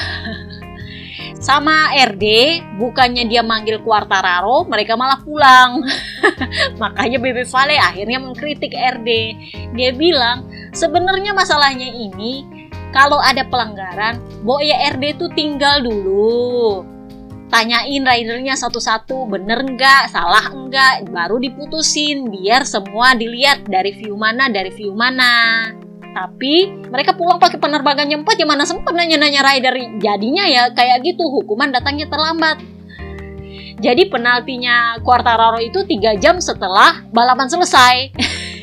Sama R D, bukannya dia manggil Quartararo, mereka malah pulang. Makanya Bebe Vale akhirnya mengkritik R D. Dia bilang, sebenarnya masalahnya ini, kalau ada pelanggaran, Bo ya R D tuh tinggal dulu. Tanyain ridernya satu-satu, bener nggak, salah enggak, baru diputusin, biar semua dilihat dari view mana, dari view mana. Tapi mereka pulang pakai penerbangan jam empat, ya mana sempat nanya-nanya rider. Jadinya ya kayak gitu, hukuman datangnya terlambat. Jadi penaltinya Quartararo itu tiga jam setelah balapan selesai.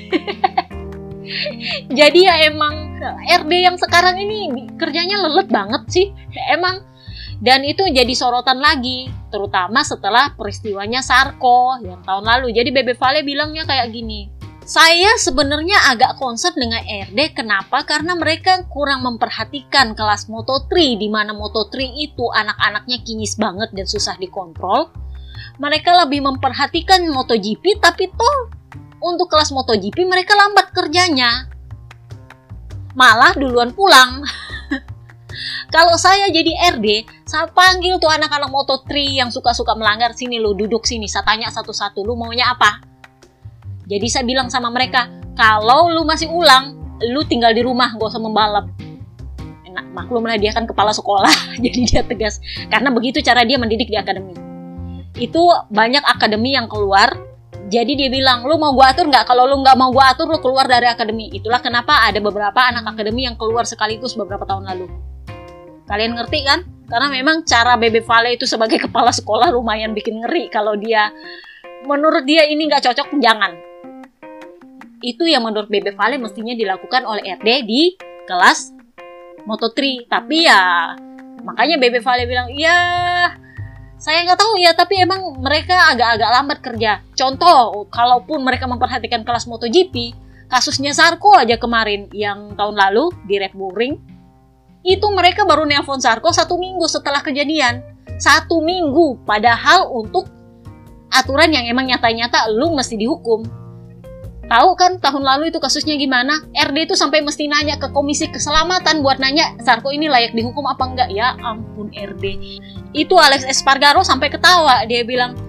Jadi ya emang R D yang sekarang ini kerjanya lelet banget sih. Emang. Dan itu jadi sorotan lagi, terutama setelah peristiwanya Sarko yang tahun lalu. Jadi Bebe Vale bilangnya kayak gini. Saya sebenarnya agak concern dengan R D. Kenapa? Karena mereka kurang memperhatikan kelas Moto tiga, di mana Moto tiga itu anak-anaknya kinyis banget dan susah dikontrol. Mereka lebih memperhatikan MotoGP, tapi toh untuk kelas MotoGP mereka lambat kerjanya. Malah duluan pulang. Kalau saya jadi R D, saya panggil tuh anak-anak Moto tiga yang suka-suka melanggar, sini lu duduk sini, saya tanya satu-satu, lu maunya apa? Jadi saya bilang sama mereka, kalau lu masih ulang, lu tinggal di rumah, gak usah membalap. Enak, maklumlah dia kan kepala sekolah, jadi dia tegas. Karena begitu cara dia mendidik di akademi. Itu banyak akademi yang keluar, jadi dia bilang, lu mau gua atur nggak? Kalau lu nggak mau gua atur, lu keluar dari akademi. Itulah kenapa ada beberapa anak akademi yang keluar sekaligus beberapa tahun lalu. Kalian ngerti kan? Karena memang cara Bebe Vale itu sebagai kepala sekolah lumayan bikin ngeri. Kalau dia, menurut dia ini nggak cocok, jangan. Itu yang menurut Bebe Vale mestinya dilakukan oleh R D di kelas Moto tiga. Tapi ya, makanya Bebe Vale bilang, ya saya nggak tahu ya, tapi emang mereka agak-agak lambat kerja. Contoh, kalaupun mereka memperhatikan kelas MotoGP, kasusnya Sarko aja kemarin, yang tahun lalu di Red Bull Ring, itu mereka baru nelpon Sarko satu minggu setelah kejadian. Satu minggu, padahal untuk aturan yang emang nyata-nyata lu mesti dihukum. Tahu kan tahun lalu itu kasusnya gimana? R D itu sampai mesti nanya ke komisi keselamatan buat nanya Sarko ini layak dihukum apa enggak. Ya ampun R D. Itu Alex Espargaro sampai ketawa. Dia bilang,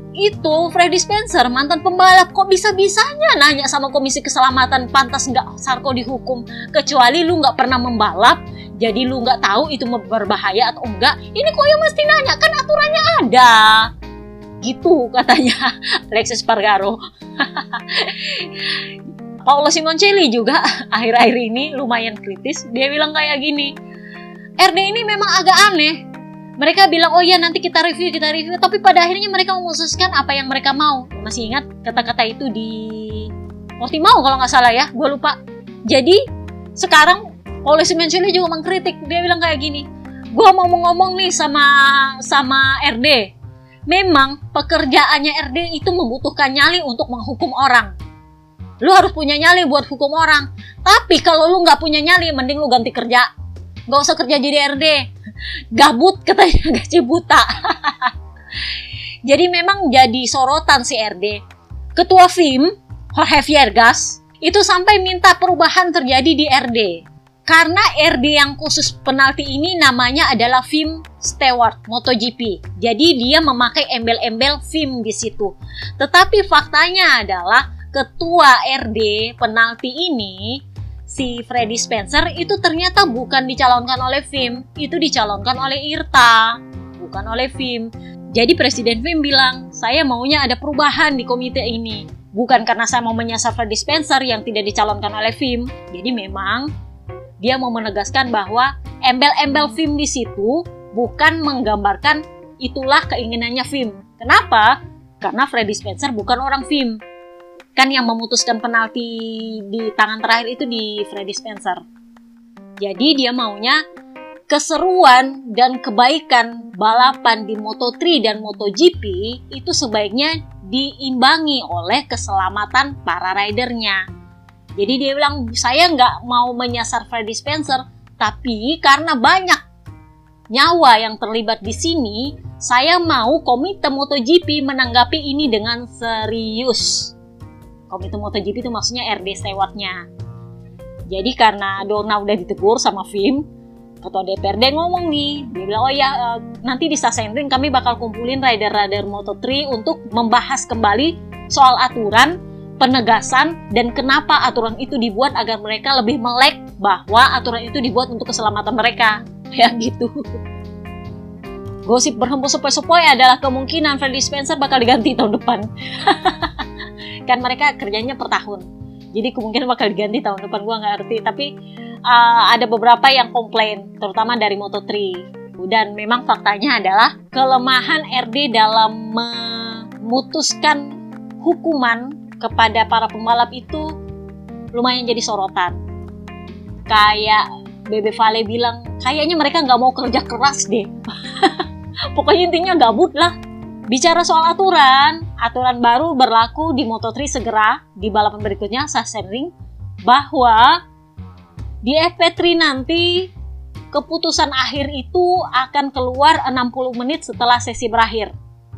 itu Freddy Spencer, mantan pembalap, kok bisa-bisanya nanya sama Komisi Keselamatan pantas nggak Sarko dihukum, kecuali lu nggak pernah membalap, jadi lu nggak tahu itu berbahaya atau enggak. Ini kok yang mesti nanya, kan aturannya ada. Gitu katanya Alexis Spargaro. Paolo Simoncelli juga akhir-akhir ini lumayan kritis. Dia bilang kayak gini, R D ini memang agak aneh. Mereka bilang, oh ya nanti kita review, kita review. Tapi pada akhirnya mereka memutuskan apa yang mereka mau. Masih ingat kata-kata itu di Portimao kalau nggak salah ya, gue lupa. Jadi sekarang Paolo Simoncelli juga mengkritik. Dia bilang kayak gini, gue mau ngomong nih sama sama R D. Memang pekerjaannya R D itu membutuhkan nyali untuk menghukum orang. Lu harus punya nyali buat hukum orang. Tapi kalau lu nggak punya nyali, mending lu ganti kerja. Nggak usah kerja jadi R D. Gabut katanya, gaji buta. Jadi memang jadi sorotan si R D. Ketua F I M, Jorge Viergas, itu sampai minta perubahan terjadi di R D. Karena R D yang khusus penalti ini namanya adalah F I M Steward MotoGP. Jadi dia memakai embel-embel F I M di situ. Tetapi faktanya adalah ketua R D penalti ini, si Freddy Spencer, itu ternyata bukan dicalonkan oleh F I M, itu dicalonkan oleh IRTA, bukan oleh F I M. Jadi Presiden F I M bilang, saya maunya ada perubahan di komite ini. Bukan karena saya mau menyasar Freddy Spencer yang tidak dicalonkan oleh F I M. Jadi memang dia mau menegaskan bahwa embel-embel F I M di situ bukan menggambarkan itulah keinginannya F I M. Kenapa? Karena Freddy Spencer bukan orang F I M. Kan yang memutuskan penalti di tangan terakhir itu di Freddy Spencer. Jadi dia maunya keseruan dan kebaikan balapan di Moto tiga dan MotoGP itu sebaiknya diimbangi oleh keselamatan para ridernya. Jadi dia bilang, saya nggak mau menyasar Freddy Spencer, tapi karena banyak nyawa yang terlibat di sini, saya mau komite MotoGP menanggapi ini dengan serius. Komite MotoGP itu maksudnya R D Stewardnya. Jadi karena Dorna udah ditegur sama F I M, ketua D P R D ngomong nih, dia bilang, oh ya uh, nanti di Sachsenring kami bakal kumpulin rider-rider Moto tiga untuk membahas kembali soal aturan, penegasan, dan kenapa aturan itu dibuat agar mereka lebih melek bahwa aturan itu dibuat untuk keselamatan mereka. Ya gitu. Gosip berhembus sepoi-sepoi adalah kemungkinan Freddy Spencer bakal diganti tahun depan. Kan mereka kerjanya per tahun, jadi kemungkinan bakal diganti tahun depan, gue nggak ngerti. Tapi uh, ada beberapa yang komplain, terutama dari Moto tiga. Dan memang faktanya adalah kelemahan R D dalam memutuskan hukuman kepada para pembalap itu lumayan jadi sorotan. Kayak Bebe Vale bilang, kayaknya mereka nggak mau kerja keras deh. Pokoknya intinya gabut lah. Bicara soal aturan, aturan baru berlaku di Moto tiga segera di balapan berikutnya, Sachsenring, bahwa di F P tiga nanti keputusan akhir itu akan keluar enam puluh menit setelah sesi berakhir.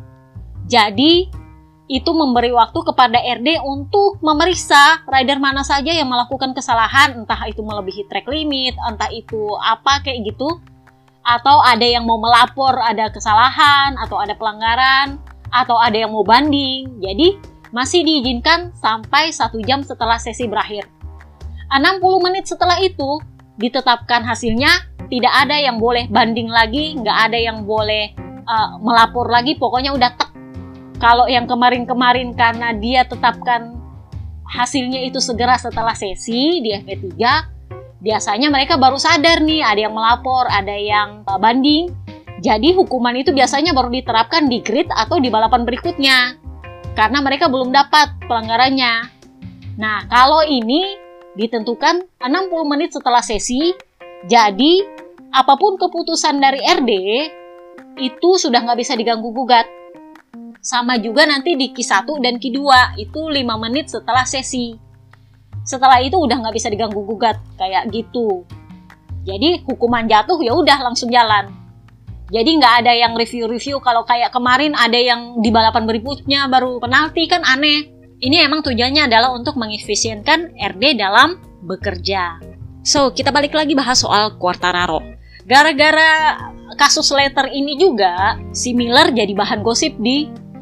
Jadi, itu memberi waktu kepada R D untuk memeriksa rider mana saja yang melakukan kesalahan, entah itu melebihi track limit, entah itu apa kayak gitu, atau ada yang mau melapor ada kesalahan, atau ada pelanggaran, atau ada yang mau banding. Jadi masih diizinkan sampai satu jam setelah sesi berakhir. enam puluh menit setelah itu ditetapkan hasilnya, tidak ada yang boleh banding lagi, nggak ada yang boleh uh, melapor lagi, pokoknya udah tek. Kalau yang kemarin-kemarin karena dia tetapkan hasilnya itu segera setelah sesi di F P tiga, biasanya mereka baru sadar nih, ada yang melapor, ada yang banding. Jadi hukuman itu biasanya baru diterapkan di grid atau di balapan berikutnya. Karena mereka belum dapat pelanggarannya. Nah, kalau ini ditentukan enam puluh menit setelah sesi, jadi apapun keputusan dari R D, itu sudah nggak bisa diganggu-gugat. Sama juga nanti di Q satu dan Q dua, itu lima menit setelah sesi. Setelah itu udah nggak bisa diganggu-gugat, kayak gitu. Jadi hukuman jatuh ya udah langsung jalan. Jadi nggak ada yang review-review kalau kayak kemarin ada yang di balapan berikutnya baru penalti, kan aneh. Ini emang tujuannya adalah untuk mengefisienkan R D dalam bekerja. So, kita balik lagi bahas soal Quartararo. Gara-gara kasus letter ini juga, si Miller jadi bahan gosip di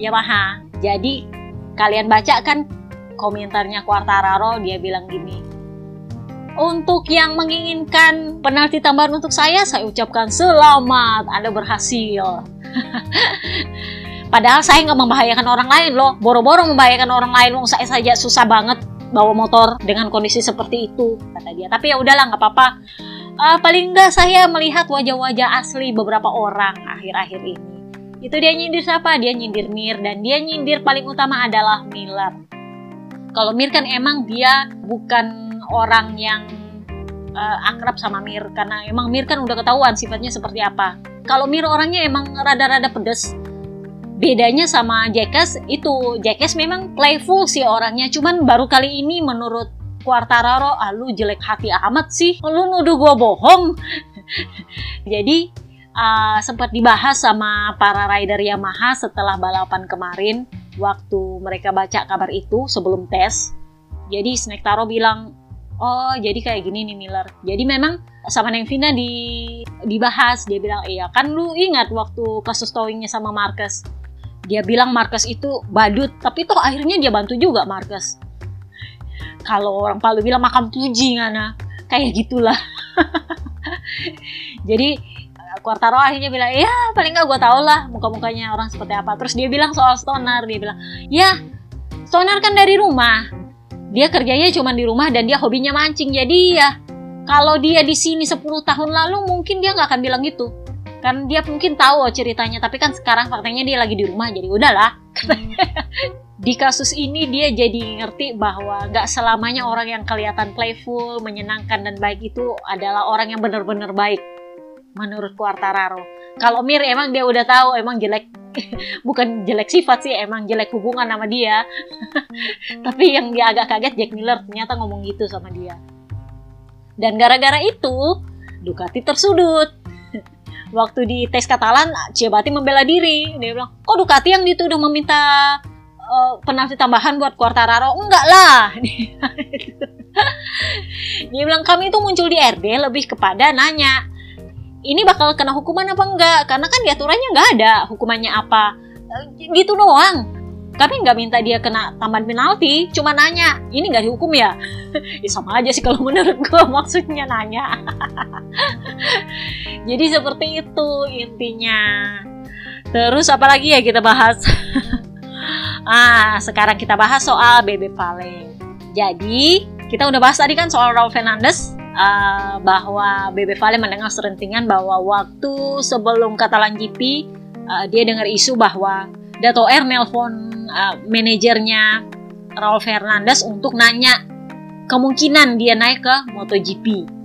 Yamaha. Jadi kalian baca kan komentarnya Quartararo, dia bilang gini, untuk yang menginginkan penalti tambahan untuk saya, saya ucapkan selamat, Anda berhasil. Padahal saya nggak membahayakan orang lain loh, boro-boro membahayakan orang lain, wong saya saja susah banget bawa motor dengan kondisi seperti itu, kata dia. Tapi ya udahlah, nggak apa-apa. Uh, paling nggak saya melihat wajah-wajah asli beberapa orang akhir-akhir ini. Itu dia nyindir siapa? Dia nyindir Mir, dan dia nyindir paling utama adalah Miller. Kalau Mir kan emang dia bukan orang yang uh, akrab sama Mir, karena emang Mir kan udah ketahuan sifatnya seperti apa. Kalau Mir orangnya emang rada-rada pedes. Bedanya sama Jacques itu, Jacques memang playful sih orangnya, cuman baru kali ini menurut Quartararo, ah lu jelek hati amat sih, lu nuduh gua bohong. Jadi uh, sempat dibahas sama para rider Yamaha setelah balapan kemarin, waktu mereka baca kabar itu sebelum tes. Jadi Snektaro bilang, oh jadi kayak gini nih Miller. Jadi memang sama Neng Vina di, dibahas, dia bilang, iya kan lu ingat waktu kasus towingnya sama Marquez. Dia bilang Marquez itu badut, tapi toh akhirnya dia bantu juga Marquez. Kalau orang Palu bilang makam puji ngana, kayak gitulah. Jadi Quartararo akhirnya bilang, ya paling gak gue tau lah muka-mukanya orang seperti apa. Terus dia bilang soal Stoner, dia bilang, ya Stoner kan dari rumah, dia kerjanya cuma di rumah dan dia hobinya mancing. Jadi ya kalau dia di sini sepuluh tahun lalu mungkin dia gak akan bilang gitu. Kan dia mungkin tahu ceritanya, tapi kan sekarang faktanya dia lagi di rumah, jadi udahlah. Di kasus ini dia jadi ngerti bahwa gak selamanya orang yang kelihatan playful, menyenangkan dan baik itu adalah orang yang benar-benar baik menurut Quartararo. Kalau Mir emang dia udah tahu emang jelek, bukan jelek sifat sih, emang jelek hubungan sama dia. Tapi yang dia agak kaget Jack Miller ternyata ngomong gitu sama dia. Dan gara-gara itu Ducati tersudut. Waktu di tes Katalan, Ciabatti membela diri. Dia bilang, kok Ducati yang dituduh meminta uh, penalti tambahan buat Quartararo? Enggak lah. Dia bilang, kami itu muncul di R D lebih kepada nanya, ini bakal kena hukuman apa enggak? Karena kan di aturannya nggak ada hukumannya apa. Uh, gitu doang. Kami nggak minta dia kena tambahan penalti, cuma nanya, ini nggak dihukum ya? Ya sama aja sih kalau menurut gue, maksudnya nanya. Jadi seperti itu intinya. Terus apa lagi ya kita bahas? Ah, sekarang kita bahas soal Bebe Vale. Jadi kita udah bahas tadi kan soal Raul Fernandez, uh, bahwa Bebe Vale mendengar serentingan bahwa waktu sebelum Catalan G P uh, dia dengar isu bahwa Dato R nelpon uh, manajernya Raul Fernandez untuk nanya kemungkinan dia naik ke MotoGP.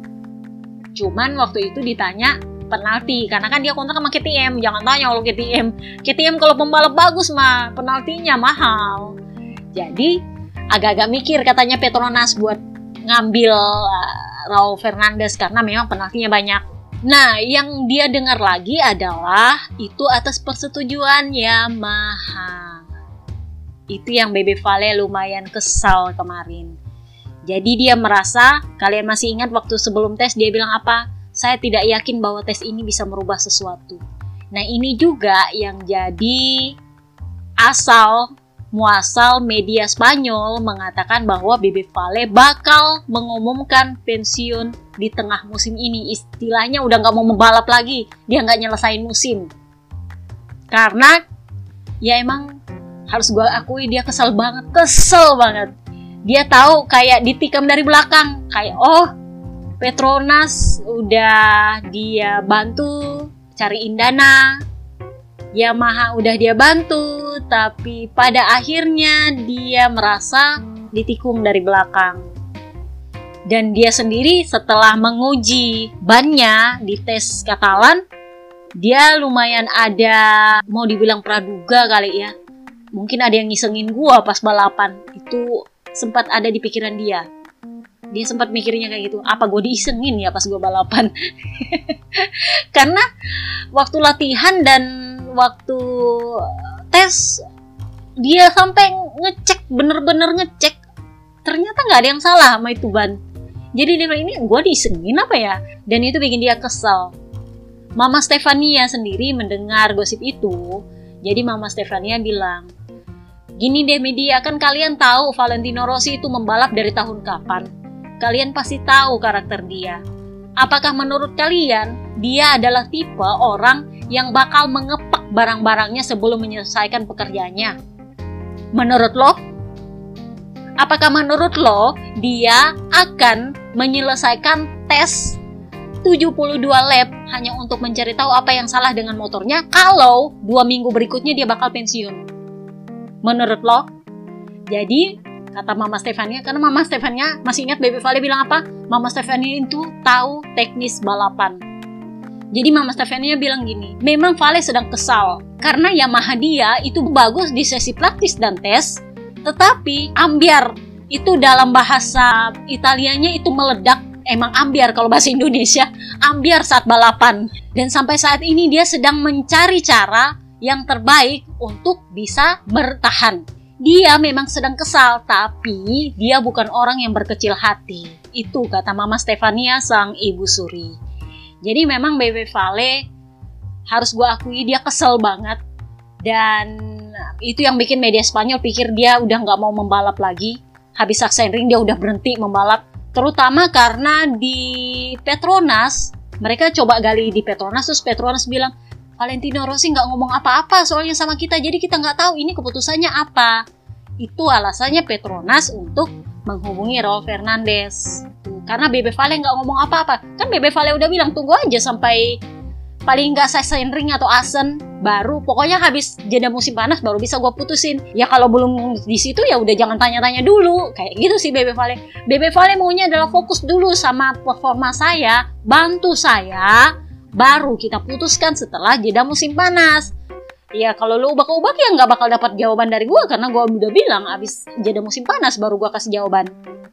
Cuman waktu itu ditanya penalti, karena kan dia kontrak sama K T M. Jangan tanya kalau K T M. K T M kalau pembalap bagus mah penaltinya mahal. Jadi agak-agak mikir katanya Petronas buat ngambil uh, Raul Fernandez karena memang penaltinya banyak. Nah, yang dia dengar lagi adalah itu atas persetujuan Yamaha. Itu yang Bebe Vale lumayan kesal kemarin. Jadi dia merasa, kalian masih ingat waktu sebelum tes dia bilang apa? Saya tidak yakin bahwa tes ini bisa merubah sesuatu. Nah, ini juga yang jadi asal muasal media Spanyol mengatakan bahwa Bebe Vale bakal mengumumkan pensiun di tengah musim ini. Istilahnya udah gak mau membalap lagi, dia gak nyelesain musim. Karena ya emang harus gue akui dia kesel banget, kesel banget. Dia tahu kayak ditikam dari belakang, kayak oh Petronas udah dia bantu cariin dana, Yamaha udah dia bantu, tapi pada akhirnya dia merasa ditikung dari belakang. Dan dia sendiri setelah menguji bannya di tes Katalan, dia lumayan ada, mau dibilang praduga kali ya. Mungkin ada yang ngisengin gua pas balapan, itu sempat ada di pikiran dia. Dia sempat mikirnya kayak gitu, apa gue diisengin ya pas gue balapan. Karena waktu latihan dan waktu tes dia sampai ngecek, bener-bener ngecek, ternyata nggak ada yang salah sama itu ban. Jadi dia bilang, ini gue diisengin apa ya? Dan itu bikin dia kesel. Mama Stefania sendiri mendengar gosip itu, Jadi Mama Stefania bilang, gini deh media, kan kalian tahu Valentino Rossi itu membalap dari tahun kapan. Kalian pasti tahu karakter dia. Apakah menurut kalian dia adalah tipe orang yang bakal mengepak barang-barangnya sebelum menyelesaikan pekerjaannya? Menurut lo? Apakah menurut lo dia akan menyelesaikan tes tujuh puluh dua lap hanya untuk mencari tahu apa yang salah dengan motornya kalau dua minggu berikutnya dia bakal pensiun? Menurut lo? Jadi kata Mama Stefania, karena Mama Stefania masih ingat Bebe Vale bilang apa? Mama Stefania itu tahu teknis balapan. Jadi Mama Stefania bilang gini, memang Vale sedang kesal karena Yamaha dia itu bagus di sesi praktis dan tes, tetapi ambyar itu dalam bahasa Italianya itu meledak. Emang ambyar kalau bahasa Indonesia, ambyar saat balapan. Dan sampai saat ini dia sedang mencari cara yang terbaik untuk bisa bertahan. Dia memang sedang kesal, tapi dia bukan orang yang berkecil hati. Itu kata Mama Stefania sang ibu suri. Jadi memang Bebe Vale harus gue akui dia kesel banget. Dan itu yang bikin media Spanyol pikir dia udah gak mau membalap lagi. Habis Sachsenring dia udah berhenti membalap. Terutama karena di Petronas, mereka coba gali di Petronas, terus Petronas bilang, Valentino Rossi nggak ngomong apa-apa soalnya sama kita, jadi kita nggak tahu ini keputusannya apa. Itu alasannya Petronas untuk menghubungi Raul Fernandez. Karena Bebe Vale nggak ngomong apa-apa. Kan Bebe Vale udah bilang, tunggu aja sampai paling nggak Sachsenring atau Assen, baru pokoknya habis jeda musim panas baru bisa gue putusin. Ya kalau belum di situ ya udah jangan tanya-tanya dulu. Kayak gitu sih Bebe Vale. Bebe Vale maunya adalah fokus dulu sama performa saya, bantu saya, baru kita putuskan setelah jeda musim panas. Ya kalau lu ubah-ubah ya nggak bakal dapat jawaban dari gue, karena gue udah bilang abis jeda musim panas baru gue kasih jawaban.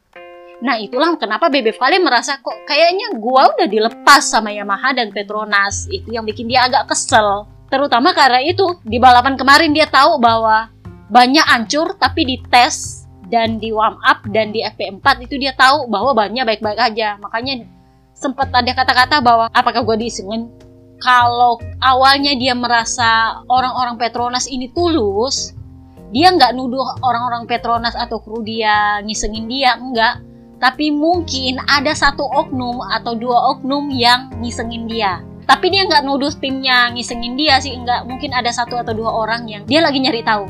Nah itulah kenapa Bebe Vale merasa kok kayaknya gue udah dilepas sama Yamaha dan Petronas. Itu yang bikin dia agak kesel. Terutama karena itu di balapan kemarin dia tahu bahwa bannya hancur, tapi di tes dan di warm up dan di F P empat itu dia tahu bahwa bannya baik-baik aja. Makanya sempat ada kata-kata bahwa apakah gue diisengin. Kalau awalnya dia merasa orang-orang Petronas ini tulus, dia nggak nuduh orang-orang Petronas atau kru dia ngisengin dia, enggak. Tapi mungkin ada satu oknum atau dua oknum yang ngisengin dia. Tapi dia nggak nuduh timnya ngisengin dia sih, enggak. Mungkin ada satu atau dua orang yang dia lagi nyari tahu.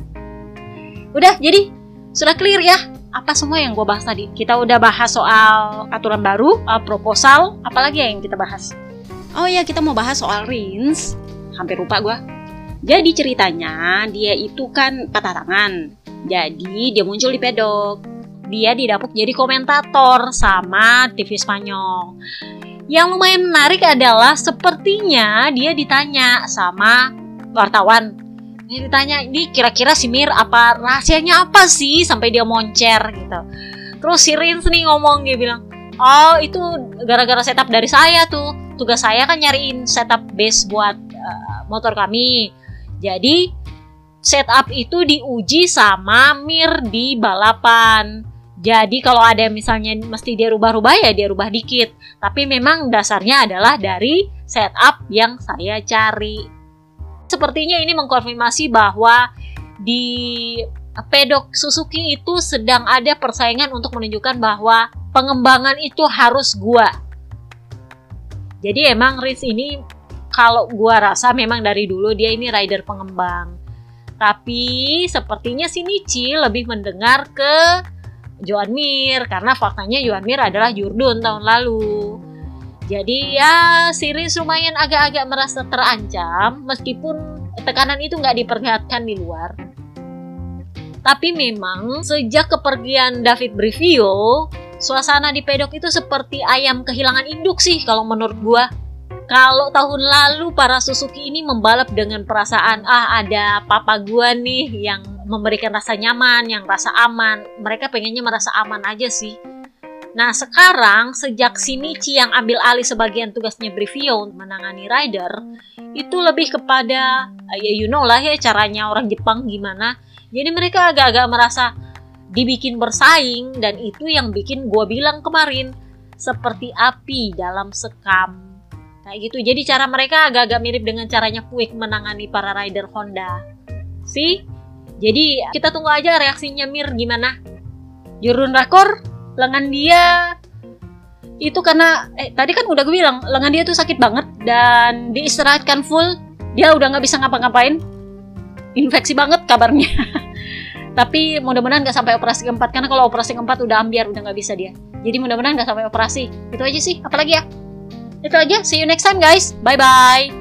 Udah, jadi sudah clear ya apa semua yang gue bahas tadi. Kita udah bahas soal aturan baru, uh, proposal, apalagi ya yang kita bahas. Oh ya, kita mau bahas soal Rins. Hampir lupa gue. Jadi ceritanya dia itu kan patah tangan. Jadi dia muncul di pedok. Dia didapuk jadi komentator sama T V Spanyol. Yang lumayan menarik adalah sepertinya dia ditanya sama wartawan. Dia ditanya, "Ini kira-kira si Mir apa rahasianya apa sih sampai dia moncer gitu." Terus si Rins nih ngomong, dia bilang, "Oh, itu gara-gara setup dari saya tuh. Tugas saya kan nyariin setup base buat uh, motor kami. Jadi setup itu diuji sama Mir di balapan. Jadi kalau ada misalnya mesti dia rubah-rubah ya dia rubah dikit. Tapi memang dasarnya adalah dari setup yang saya cari." Sepertinya ini mengkonfirmasi bahwa di pedok Suzuki itu sedang ada persaingan untuk menunjukkan bahwa pengembangan itu harus gua. Jadi emang Rins ini kalau gua rasa memang dari dulu dia ini rider pengembang. Tapi sepertinya si Nichi lebih mendengar ke Joan Mir, karena faktanya Joan Mir adalah Jurdun tahun lalu. Jadi ya si Rins lumayan agak-agak merasa terancam, meskipun tekanan itu nggak diperlihatkan di luar. Tapi memang sejak kepergian David Brivio, suasana di pedok itu seperti ayam kehilangan induk sih kalau menurut gua. Kalau tahun lalu para Suzuki ini membalap dengan perasaan, ah ada papa gua nih yang memberikan rasa nyaman, yang rasa aman. Mereka pengennya merasa aman aja sih. Nah sekarang sejak si Nichi yang ambil alih sebagian tugasnya Brivio menangani rider, itu lebih kepada, ya you know lah ya caranya orang Jepang gimana. Jadi mereka agak-agak merasa dibikin bersaing, dan itu yang bikin gua bilang kemarin seperti api dalam sekam. Kayak gitu. Jadi cara mereka agak-agak mirip dengan caranya Puig menangani para rider Honda. sih. Jadi kita tunggu aja reaksinya Mir gimana. Jurun rakor, lengan dia itu karena eh tadi kan udah gue bilang lengan dia tuh sakit banget dan diistirahatkan full, dia udah nggak bisa ngapa-ngapain, infeksi banget kabarnya. Tapi mudah-mudahan nggak sampai operasi keempat, karena kalau operasi keempat udah ambiar, udah nggak bisa dia. Jadi mudah-mudahan nggak sampai operasi. Itu aja sih, apalagi ya? Itu aja, see you next time guys, bye bye.